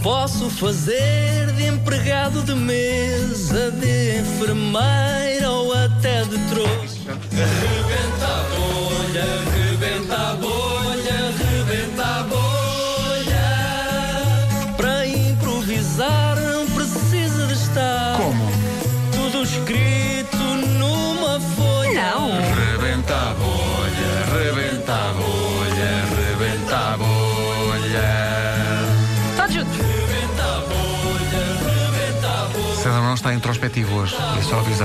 Posso fazer de empregado de mesa, de enfermeira ou até de trouxa. Rebenta a bolha, rebenta a bolha, rebenta a bolha. Para improvisar não precisa de estar tudo escrito numa folha. Não. Rebenta a bolha, rebenta a bolha, rebenta a bolha. Todos juntos. Rebenta a bolha, rebenta a bolha. César não está introspectivo hoje, é só avisar.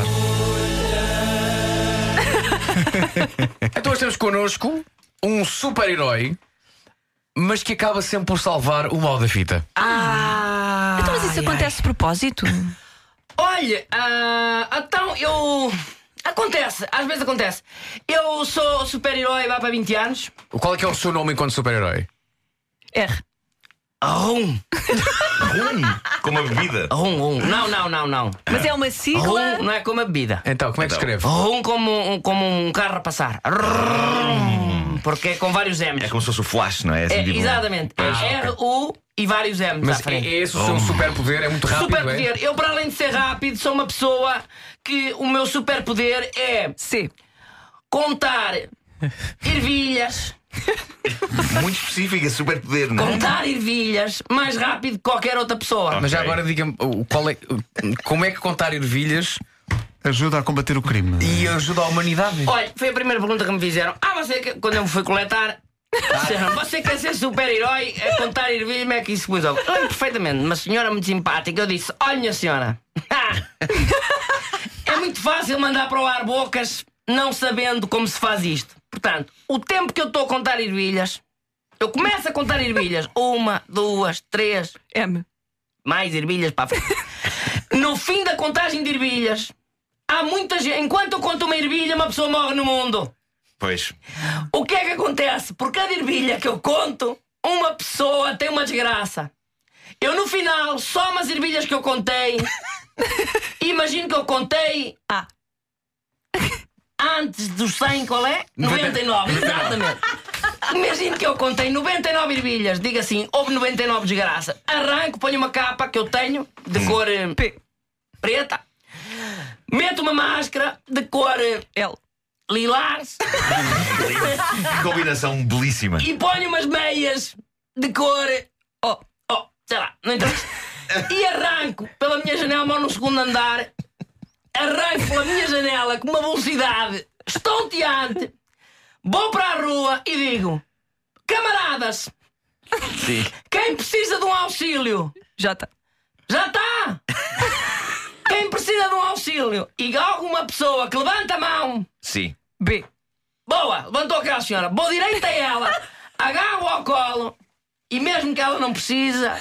Então hoje temos connosco um super-herói, mas que acaba sempre por salvar o mal da fita. Então, mas isso acontece de propósito? Olha, então eu. Acontece, às vezes acontece. Eu sou super-herói há para 20 anos. Qual é que é o seu nome enquanto super-herói? R. Rum. Como a bebida. Rum. Não. Mas é uma sigla. Rum não é como a bebida. Então, como é que se escreve? Rum como um carro a passar. Rum, porque é com vários M's. É como se fosse o flash, não é? Assim, tipo, Exatamente. R-U e vários M's Mas à frente. esse o seu superpoder é muito rápido, Superpoder. Eu, para além de ser rápido, sou uma pessoa que o meu superpoder é C. contar ervilhas. muito específica, superpoder, não é? Contar ervilhas mais rápido que qualquer outra pessoa. Mas já agora diga-me como é que contar ervilhas Ajuda a combater o crime. e ajuda a humanidade? Olha, foi a primeira pergunta que me fizeram. Quando eu me fui coletar, disseram, você quer ser super-herói a contar ervilhas? Como é que isso se pôs? Eu lembro perfeitamente, uma senhora muito simpática. Eu disse, olha, minha senhora, é muito fácil mandar para o ar bocas não sabendo como se faz isto. Portanto, o tempo que eu estou a contar ervilhas, eu começo a contar ervilhas. 1, 2, 3, M. mais ervilhas para a frente. No fim da contagem de ervilhas, há muita gente. Enquanto eu conto uma ervilha, uma pessoa morre no mundo. Pois. O que é que acontece? Por cada ervilha que eu conto, uma pessoa tem uma desgraça. Eu no final, somo as ervilhas que eu contei. Imagino que eu contei A. antes dos 100, qual é? 99, exatamente. Imagino que eu contei 99 ervilhas. Diga assim, houve 99 desgraça. Arranco, ponho uma capa que eu tenho de cor P. preta. Meto uma máscara de cor L. lilás. Que combinação belíssima. E ponho umas meias de cor O. sei lá, não interessa. E arranco pela minha janela, moro no segundo andar. Arranco pela minha janela com uma velocidade estonteante. Vou para a rua e digo: camaradas, Sim. quem precisa de um auxílio? J. Já está! Quem precisa de um auxílio? E alguma pessoa que levanta a mão. Sim. B. Boa, levantou aquela senhora. Vou direito a ela, agarro ao colo. E mesmo que ela não precisa,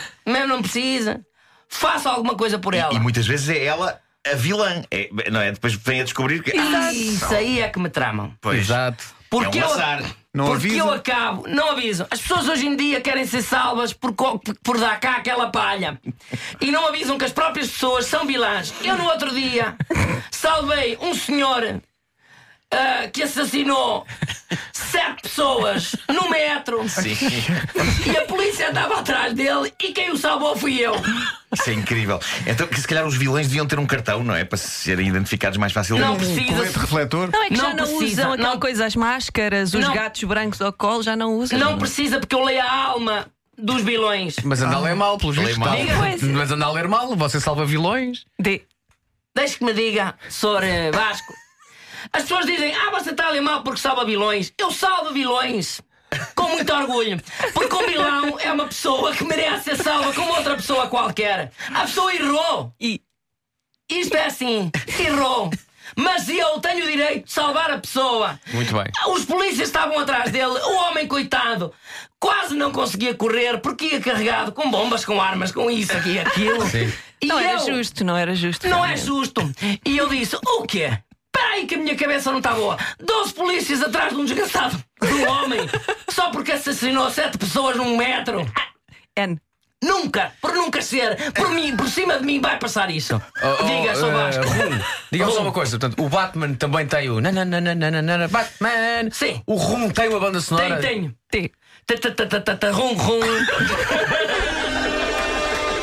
faça alguma coisa por ela. E muitas vezes é ela a vilã. Não é? Depois vem a descobrir que. Isso aí é que me tramam. Pois. Exato. Porque É um azar. Não porque avisa. eu acabo, não avisam. As pessoas hoje em dia querem ser salvas por dar cá aquela palha. E não avisam que as próprias pessoas são vilãs. Eu no outro dia salvei um senhor que assassinou 7 pessoas no metro. Sim. E a polícia andava atrás dele e quem o salvou fui eu. Isso é incrível. Então, que se calhar os vilões deviam ter um cartão, não é? Para serem identificados mais facilmente. Não Colete precisa. refletor. Não é que Não já não precisa, usam aquela não. coisa, as máscaras, os Não. gatos brancos ao colo, já não usam. Não precisa porque eu leio a alma dos vilões. Mas anda a ler mal, pelos Lê vistos. mal. Tá? Pois. Mas anda a ler mal, você salva vilões. D. Deixe que me diga, Sr. Vasco. As pessoas dizem, você está a ler mal porque salva vilões. Eu salvo vilões com muito orgulho. Porque um vilão é uma pessoa que merece ser salva como outra pessoa qualquer. A pessoa errou. I. Isto é assim, errou. Mas eu tenho o direito de salvar a pessoa. Muito bem. Os polícias estavam atrás dele. O homem, coitado, quase não conseguia correr porque ia carregado com bombas, com armas, com isso, aqui e aquilo. Sim. E Não era eu- justo, não era justo. Não é realmente. justo. E eu disse: o quê? Espera aí que a minha cabeça não está boa. 12 polícias atrás de um desgraçado de um homem só porque assassinou 7 pessoas num metro. N. Nunca, por nunca ser, por mim, por cima de mim vai passar isso. Diga, sou Vasco. Diga-me só uma coisa, portanto, o Batman também tem o nananana, Batman. Sim. O Rum tem uma banda sonora. Tenho. T. Rum, rum.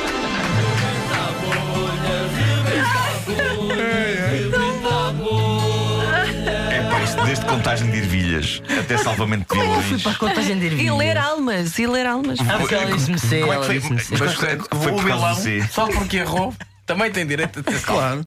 Desde contagem de ervilhas até salvamento de Como é que eu fui vilões. para a contagem de E ervilhas? ler almas, e ler almas. Ah, porque ela disse-me C. Como é que Ela foi? disse-me C. Mas foi por causa do C. Só porque errou, também tem direito a ter salvo. Claro.